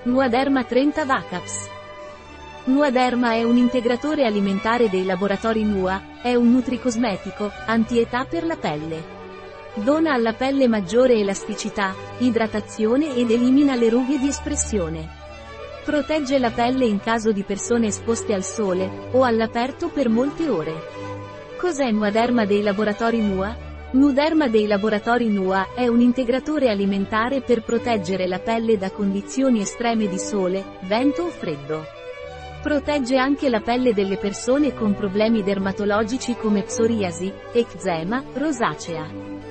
Nuaderma 30 Vacaps. Nuaderma è un integratore alimentare dei laboratori NUA, è un nutricosmetico, anti-età per la pelle. Dona alla pelle maggiore elasticità, idratazione ed elimina le rughe di espressione. Protegge la pelle in caso di persone esposte al sole, o all'aperto per molte ore. Cos'è Nuaderma dei laboratori NUA? Nuaderma dei laboratori NUA è un integratore alimentare per proteggere la pelle da condizioni estreme di sole, vento o freddo. Protegge anche la pelle delle persone con problemi dermatologici come psoriasi, eczema, rosacea.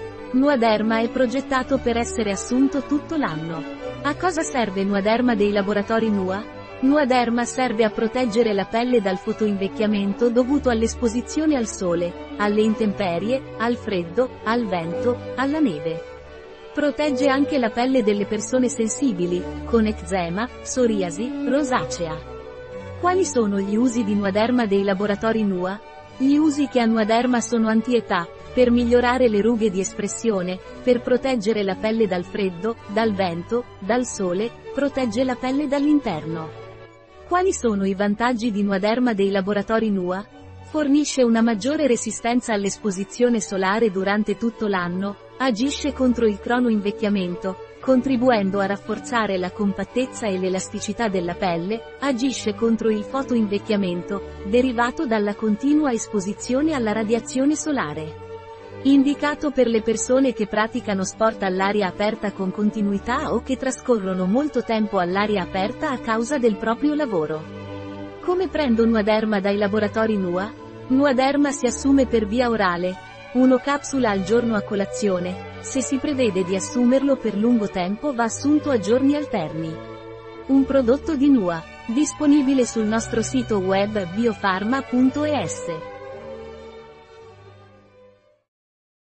Nuaderma è progettato per essere assunto tutto l'anno. A cosa serve Nuaderma dei laboratori NUA? Nuaderma serve a proteggere la pelle dal fotoinvecchiamento dovuto all'esposizione al sole, alle intemperie, al freddo, al vento, alla neve. Protegge anche la pelle delle persone sensibili, con eczema, psoriasi, rosacea. Quali sono gli usi di Nuaderma dei laboratori NUA? Gli usi che ha Nuaderma sono anti-età, per migliorare le rughe di espressione, per proteggere la pelle dal freddo, dal vento, dal sole, protegge la pelle dall'interno. Quali sono i vantaggi di Nuaderma dei laboratori NUA? Fornisce una maggiore resistenza all'esposizione solare durante tutto l'anno, agisce contro il cronoinvecchiamento, contribuendo a rafforzare la compattezza e l'elasticità della pelle, agisce contro il fotoinvecchiamento, derivato dalla continua esposizione alla radiazione solare. Indicato per le persone che praticano sport all'aria aperta con continuità o che trascorrono molto tempo all'aria aperta a causa del proprio lavoro. Come prendo Nuaderma dai laboratori NUA? Nuaderma si assume per via orale, 1 capsula al giorno a colazione, se si prevede di assumerlo per lungo tempo va assunto a giorni alterni. Un prodotto di NUA, disponibile sul nostro sito web biofarma.es.